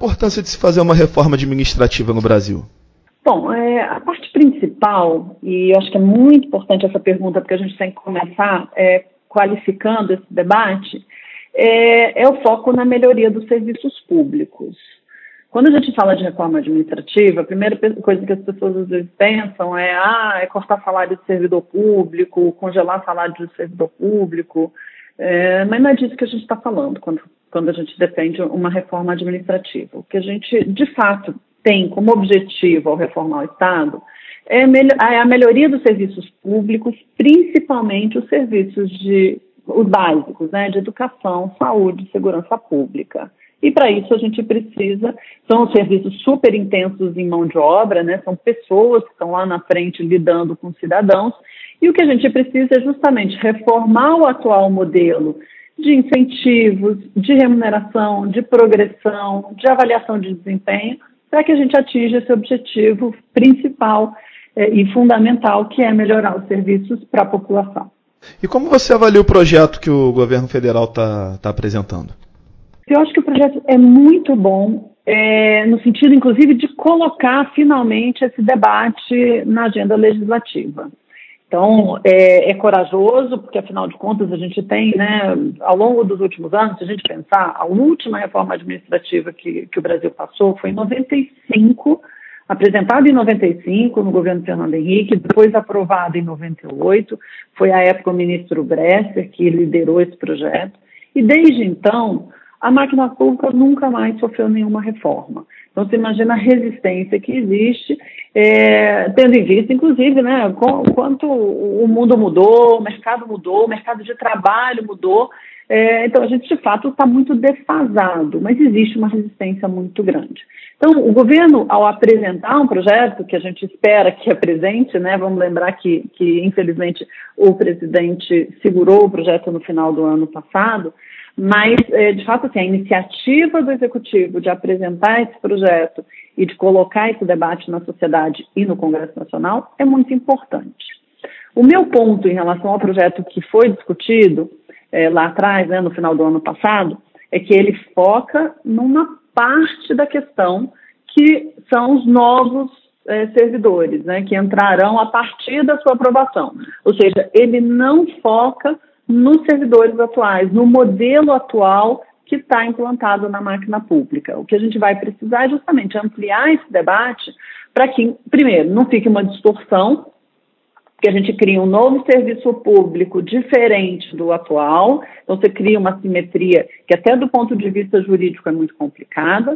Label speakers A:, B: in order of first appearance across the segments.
A: importância de se fazer uma reforma administrativa no Brasil?
B: Bom, a parte principal, e eu acho que é muito importante essa pergunta, porque a gente tem que começar qualificando esse debate, é o foco na melhoria dos serviços públicos. Quando a gente fala de reforma administrativa, a primeira coisa que as pessoas às vezes pensam é cortar salário de servidor público, congelar salário de servidor público, mas não é disso que a gente está falando quando a gente defende uma reforma administrativa. O que a gente, de fato, tem como objetivo ao reformar o Estado é a melhoria dos serviços públicos, principalmente os serviços os básicos, né, de educação, saúde e segurança pública. E para isso a gente precisa, são serviços super intensos em mão de obra, né, são pessoas que estão lá na frente lidando com cidadãos, e o que a gente precisa é justamente reformar o atual modelo de incentivos, de remuneração, de progressão, de avaliação de desempenho, para que a gente atinja esse objetivo principal e fundamental, que é melhorar os serviços para a população.
A: E como você avalia o projeto que o governo federal está apresentando?
B: Eu acho que o projeto é muito bom, no sentido, inclusive, de colocar finalmente esse debate na agenda legislativa. Então, é corajoso, porque, afinal de contas, a gente tem, né, ao longo dos últimos anos, se a gente pensar, a última reforma administrativa que o Brasil passou foi em 95, apresentada em 95 no governo Fernando Henrique, depois aprovada em 98, foi à época o ministro Bresser que liderou esse projeto, e desde então a máquina pública nunca mais sofreu nenhuma reforma. Então, você imagina a resistência que existe, tendo em vista, inclusive, né, quanto o mundo mudou, o mercado de trabalho mudou. Então, a gente, de fato, está muito defasado, mas existe uma resistência muito grande. Então, o governo, ao apresentar um projeto que a gente espera que apresente, né, vamos lembrar que infelizmente, o presidente segurou o projeto no final do ano passado, mas, de fato, assim, a iniciativa do Executivo de apresentar esse projeto e de colocar esse debate na sociedade e no Congresso Nacional é muito importante. O meu ponto em relação ao projeto que foi discutido lá atrás, né, no final do ano passado, é que ele foca numa parte da questão que são os novos servidores, né, que entrarão a partir da sua aprovação. Ou seja, ele não foca nos servidores atuais, no modelo atual que está implantado na máquina pública. O que a gente vai precisar é justamente ampliar esse debate para que, primeiro, não fique uma distorção, que a gente cria um novo serviço público diferente do atual, então você cria uma simetria que até do ponto de vista jurídico é muito complicada,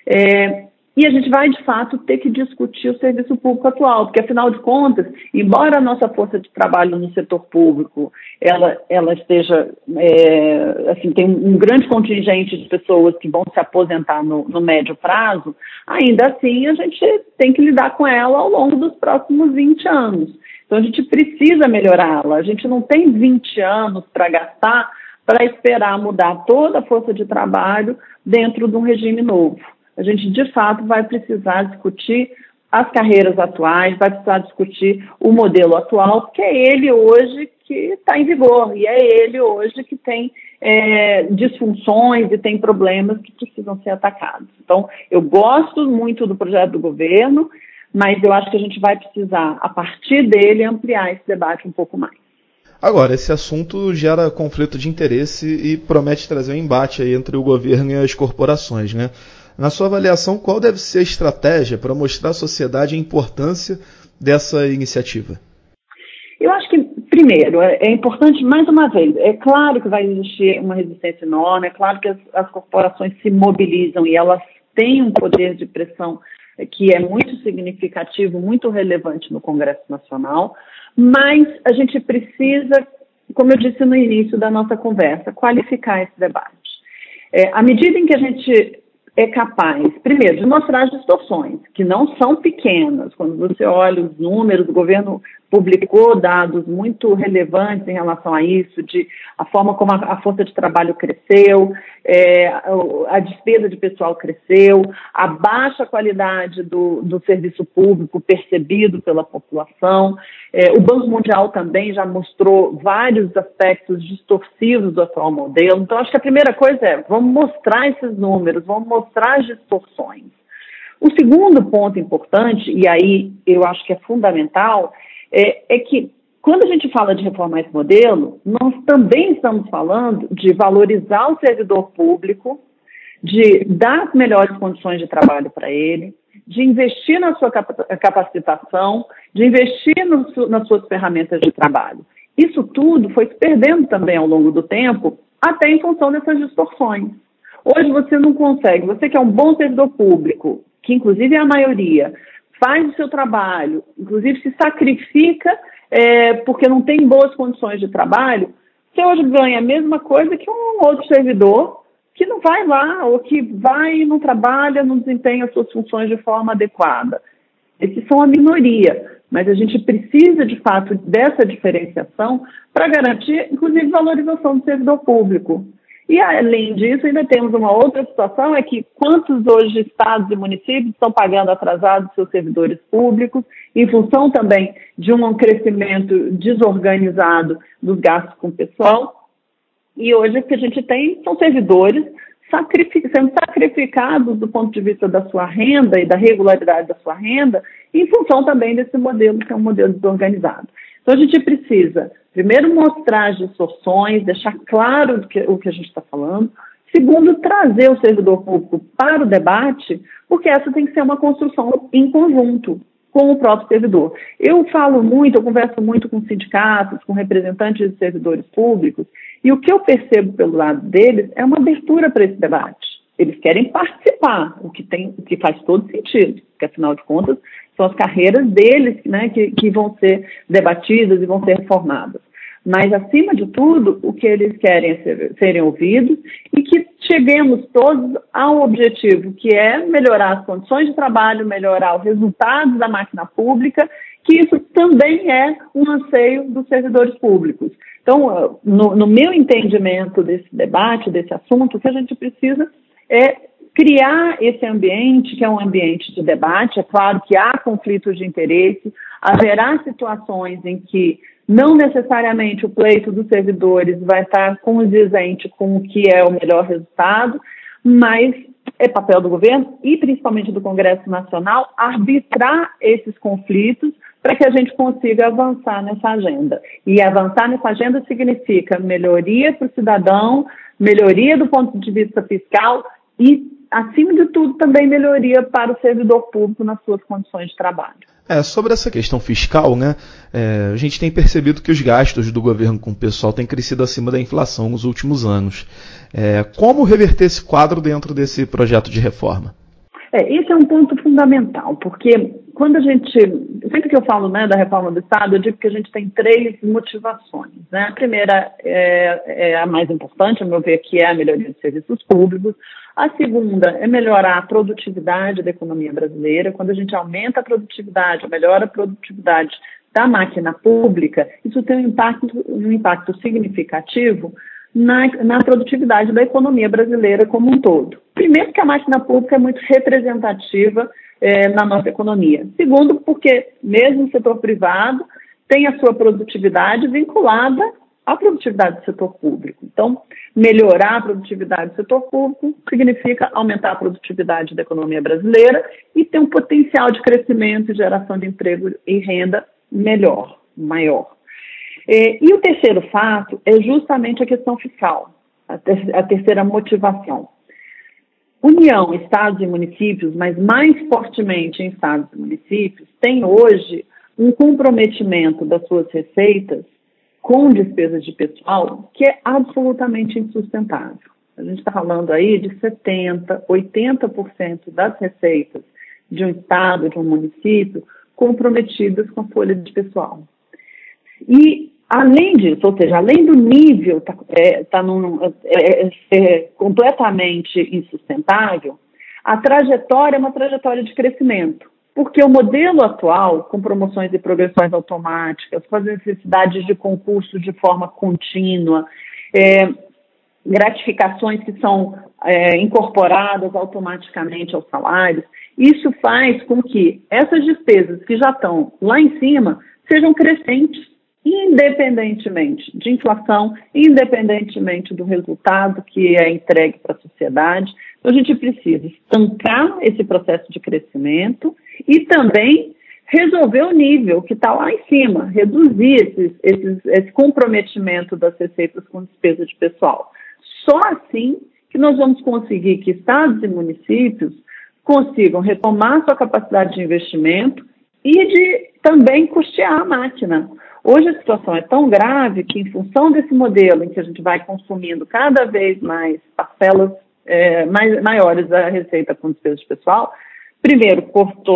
B: e a gente vai, de fato, ter que discutir o serviço público atual, porque, afinal de contas, embora a nossa força de trabalho no setor público, ela esteja, assim, tem um grande contingente de pessoas que vão se aposentar no médio prazo, ainda assim a gente tem que lidar com ela ao longo dos próximos 20 anos. Então, a gente precisa melhorá-la. A gente não tem 20 anos para gastar para esperar mudar toda a força de trabalho dentro de um regime novo. A gente, de fato, vai precisar discutir as carreiras atuais, vai precisar discutir o modelo atual, porque é ele hoje que está em vigor e é ele hoje que tem disfunções e tem problemas que precisam ser atacados. Então, eu gosto muito do projeto do governo, mas eu acho que a gente vai precisar, a partir dele, ampliar esse debate um pouco mais.
A: Agora, esse assunto gera conflito de interesse e promete trazer um embate aí entre o governo e as corporações, né? Na sua avaliação, qual deve ser a estratégia para mostrar à sociedade a importância dessa iniciativa?
B: Eu acho que, primeiro, é importante, mais uma vez, é claro que vai existir uma resistência enorme, é claro que as corporações se mobilizam e elas têm um poder de pressão que é muito significativo, muito relevante no Congresso Nacional, mas a gente precisa, como eu disse no início da nossa conversa, qualificar esse debate. À medida em que a gente é capaz, primeiro, de mostrar as distorções, que não são pequenas. Quando você olha os números, o governo publicou dados muito relevantes em relação a isso, de a forma como a força de trabalho cresceu, a despesa de pessoal cresceu, a baixa qualidade do serviço público percebido pela população. O Banco Mundial também já mostrou vários aspectos distorcivos do atual modelo. Então, acho que a primeira coisa é, vamos mostrar esses números, vamos mostrar as distorções. O segundo ponto importante, e aí eu acho que é fundamental, é que quando a gente fala de reformar esse modelo, nós também estamos falando de valorizar o servidor público, de dar melhores condições de trabalho para ele, de investir na sua capacitação, de investir nas suas ferramentas de trabalho. Isso tudo foi se perdendo também ao longo do tempo, até em função dessas distorções. Hoje você não consegue, você que é um bom servidor público, que inclusive é a maioria, faz o seu trabalho, inclusive se sacrifica porque não tem boas condições de trabalho, você hoje ganha a mesma coisa que um outro servidor que não vai lá, ou que vai e não trabalha, não desempenha as suas funções de forma adequada. Esses são a minoria, mas a gente precisa, de fato, dessa diferenciação para garantir, inclusive, valorização do servidor público. E, além disso, ainda temos uma outra situação, é que quantos hoje estados e municípios estão pagando atrasados seus servidores públicos, em função também de um crescimento desorganizado dos gastos com o pessoal. E hoje o que a gente tem são servidores sendo sacrificados do ponto de vista da sua renda e da regularidade da sua renda, em função também desse modelo, que é um modelo desorganizado. Então, a gente precisa, primeiro, mostrar as distorções, deixar claro o que a gente está falando. Segundo, trazer o servidor público para o debate, porque essa tem que ser uma construção em conjunto com o próprio servidor. Eu converso muito com sindicatos, com representantes de servidores públicos, e o que eu percebo pelo lado deles é uma abertura para esse debate. Eles querem participar, o que faz todo sentido, porque, afinal de contas, são as carreiras deles, né, que vão ser debatidas e vão ser reformadas. Mas, acima de tudo, o que eles querem é serem ouvidos e que cheguemos todos ao objetivo, que é melhorar as condições de trabalho, melhorar os resultados da máquina pública, que isso também é um anseio dos servidores públicos. Então, no meu entendimento desse debate, desse assunto, o que a gente precisa é criar esse ambiente, que é um ambiente de debate. É claro que há conflitos de interesse, haverá situações em que não necessariamente o pleito dos servidores vai estar condizente com o que é o melhor resultado, mas é papel do governo e principalmente do Congresso Nacional arbitrar esses conflitos para que a gente consiga avançar nessa agenda. E avançar nessa agenda significa melhoria para o cidadão, melhoria do ponto de vista fiscal e, acima de tudo, também melhoria para o servidor público nas suas condições de trabalho.
A: Sobre essa questão fiscal, né, a gente tem percebido que os gastos do governo com o pessoal têm crescido acima da inflação nos últimos anos. Como reverter esse quadro dentro desse projeto de reforma?
B: Esse é um ponto fundamental, porque quando sempre que eu falo, né, da reforma do Estado, eu digo que a gente tem três motivações, né? A primeira é a mais importante, a meu ver, que é a melhoria dos serviços públicos. A segunda é melhorar a produtividade da economia brasileira. Quando a gente aumenta a produtividade, melhora a produtividade da máquina pública, isso tem um impacto significativo na produtividade da economia brasileira como um todo. Primeiro, que a máquina pública é muito representativa na nossa economia. Segundo, porque mesmo o setor privado tem a sua produtividade vinculada à produtividade do setor público. Então, melhorar a produtividade do setor público significa aumentar a produtividade da economia brasileira e ter um potencial de crescimento e geração de emprego e renda maior. E o terceiro fato é justamente a questão fiscal, a terceira motivação. União, estados e municípios, mas mais fortemente em estados e municípios, tem hoje um comprometimento das suas receitas com despesas de pessoal que é absolutamente insustentável. A gente está falando aí de 70%, 80% das receitas de um estado, de um município, comprometidas com a folha de pessoal. E, além disso, ou seja, além do nível ser completamente insustentável, a trajetória é uma trajetória de crescimento. porque o modelo atual, com promoções e progressões automáticas, com as necessidades de concurso de forma contínua, gratificações que são incorporadas automaticamente aos salários, isso faz com que essas despesas que já estão lá em cima sejam crescentes, independentemente de inflação, independentemente do resultado que é entregue para a sociedade. Então, a gente precisa estancar esse processo de crescimento e também resolver o nível que está lá em cima, reduzir esse comprometimento das receitas com despesa de pessoal. Só assim que nós vamos conseguir que estados e municípios consigam retomar sua capacidade de investimento e de também custear a máquina. Hoje a situação é tão grave que, em função desse modelo em que a gente vai consumindo cada vez mais parcelas maiores da receita com despesa de pessoal, primeiro,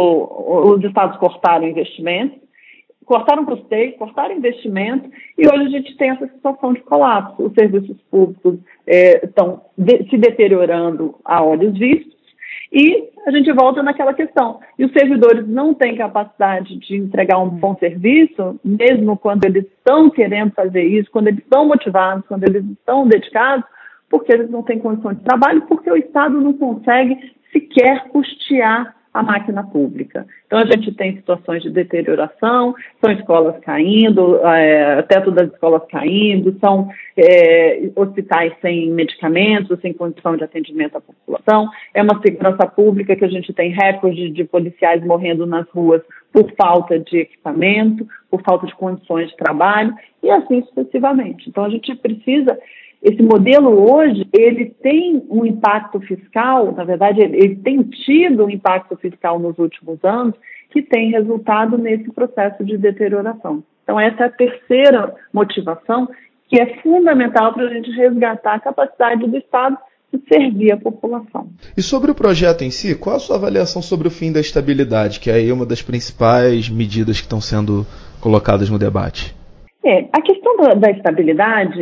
B: os estados cortaram investimentos, cortaram custeio, cortaram investimento, e hoje a gente tem essa situação de colapso. Os serviços públicos estão se deteriorando a olhos vistos, e a gente volta naquela questão. E os servidores não têm capacidade de entregar um bom serviço, mesmo quando eles estão querendo fazer isso, quando eles estão motivados, quando eles estão dedicados, porque eles não têm condição de trabalho, porque o Estado não consegue sequer custear a máquina pública. Então, a gente tem situações de deterioração, são escolas caindo, teto das escolas caindo, são hospitais sem medicamentos, sem condição de atendimento à população, é uma segurança pública que a gente tem recorde de policiais morrendo nas ruas por falta de equipamento, por falta de condições de trabalho, e assim sucessivamente. Então, a gente precisa... Esse modelo hoje, ele tem um impacto fiscal, na verdade, ele tem tido um impacto fiscal nos últimos anos, que tem resultado nesse processo de deterioração. Então, essa é a terceira motivação, que é fundamental para a gente resgatar a capacidade do Estado de servir a população.
A: E sobre o projeto em si, qual a sua avaliação sobre o fim da estabilidade, que é aí uma das principais medidas que estão sendo colocadas no debate?
B: A questão da estabilidade,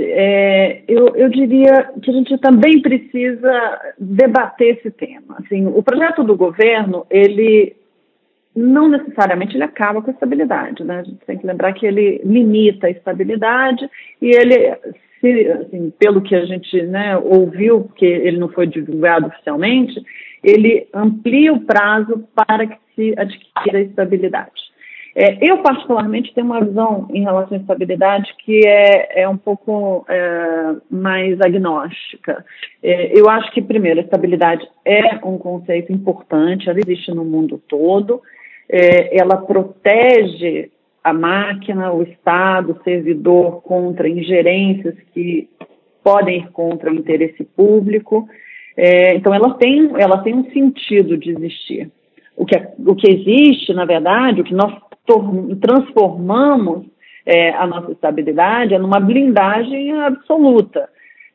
B: eu diria que a gente também precisa debater esse tema. Assim, o projeto do governo, ele não necessariamente ele acaba com a estabilidade, né? A gente tem que lembrar que ele limita a estabilidade e ele, assim, pelo que a gente ouviu, porque ele não foi divulgado oficialmente, ele amplia o prazo para que se adquira a estabilidade. Eu, particularmente, tenho uma visão em relação à estabilidade que é um pouco mais agnóstica. Eu acho que, primeiro, a estabilidade é um conceito importante, ela existe no mundo todo, ela protege a máquina, o Estado, o servidor contra ingerências que podem ir contra o interesse público. Então, ela tem um sentido de existir. O que existe, na verdade, o que nós transformamos a nossa estabilidade é numa blindagem absoluta.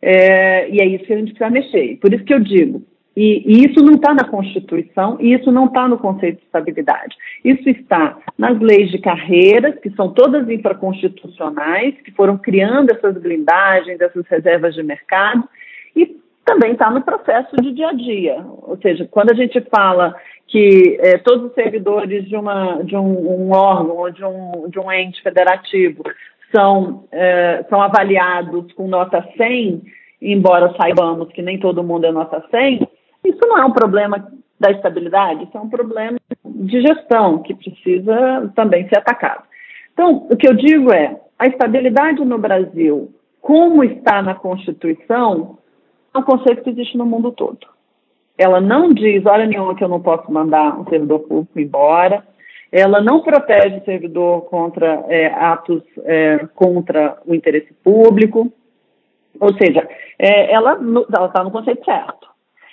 B: E é isso que a gente precisa mexer. Por isso que eu digo, e isso não está na Constituição, e isso não está no conceito de estabilidade. Isso está nas leis de carreiras, que são todas infraconstitucionais, que foram criando essas blindagens, essas reservas de mercado, e também está no processo de dia a dia. Ou seja, quando a gente fala que todos os servidores de um órgão ou de um ente federativo são avaliados com nota 100, embora saibamos que nem todo mundo é nota 100, isso não é um problema da estabilidade, isso é um problema de gestão que precisa também ser atacado. Então, o que eu digo a estabilidade no Brasil, como está na Constituição, é um conceito que existe no mundo todo. Ela não diz, hora nenhuma, que eu não posso mandar um servidor público embora. Ela não protege o servidor contra atos contra o interesse público. Ou seja, ela está no conceito certo.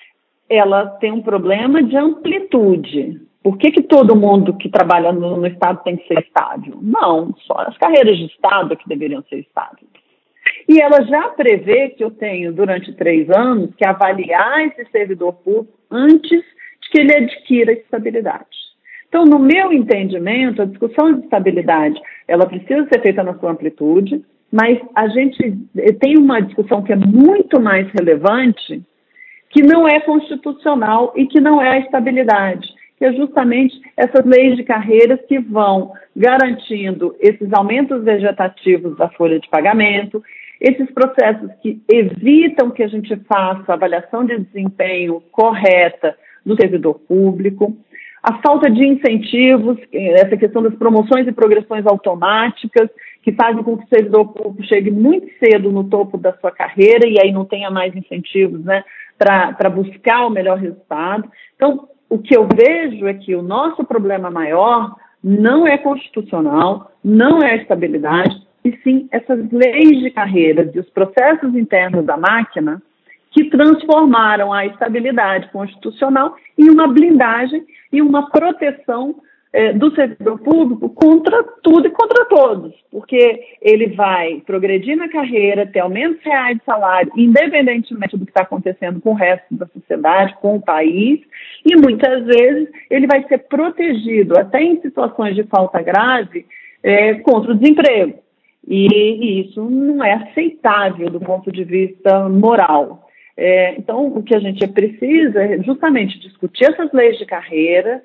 B: Ela tem um problema de amplitude. Por que todo mundo que trabalha no Estado tem que ser estável? Não, só as carreiras de Estado é que deveriam ser estáveis. E ela já prevê que eu tenho, durante 3 anos, que avaliar esse servidor público antes de que ele adquira estabilidade. Então, no meu entendimento, a discussão de estabilidade, ela precisa ser feita na sua amplitude, mas a gente tem uma discussão que é muito mais relevante, que não é constitucional e que não é a estabilidade, que é justamente essas leis de carreiras que vão garantindo esses aumentos vegetativos da folha de pagamento, esses processos que evitam que a gente faça a avaliação de desempenho correta do servidor público, a falta de incentivos, essa questão das promoções e progressões automáticas, que fazem com que o servidor público chegue muito cedo no topo da sua carreira e aí não tenha mais incentivos, né, para buscar o melhor resultado. Então, o que eu vejo é que o nosso problema maior não é constitucional, não é a estabilidade, e sim essas leis de carreiras e os processos internos da máquina que transformaram a estabilidade constitucional em uma blindagem e uma proteção do servidor público contra tudo e contra todos, porque ele vai progredir na carreira, ter aumentos reais de salário, independentemente do que está acontecendo com o resto da sociedade, com o país, e muitas vezes ele vai ser protegido, até em situações de falta grave, contra o desemprego. E isso não é aceitável do ponto de vista moral. Então, o que a gente precisa é justamente discutir essas leis de carreiras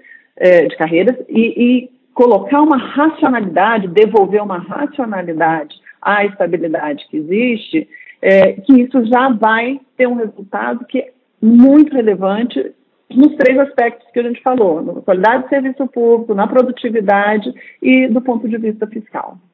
B: e colocar uma racionalidade, devolver uma racionalidade à estabilidade que existe, que isso já vai ter um resultado que é muito relevante nos 3 aspectos que a gente falou, na qualidade do serviço público, na produtividade e do ponto de vista fiscal.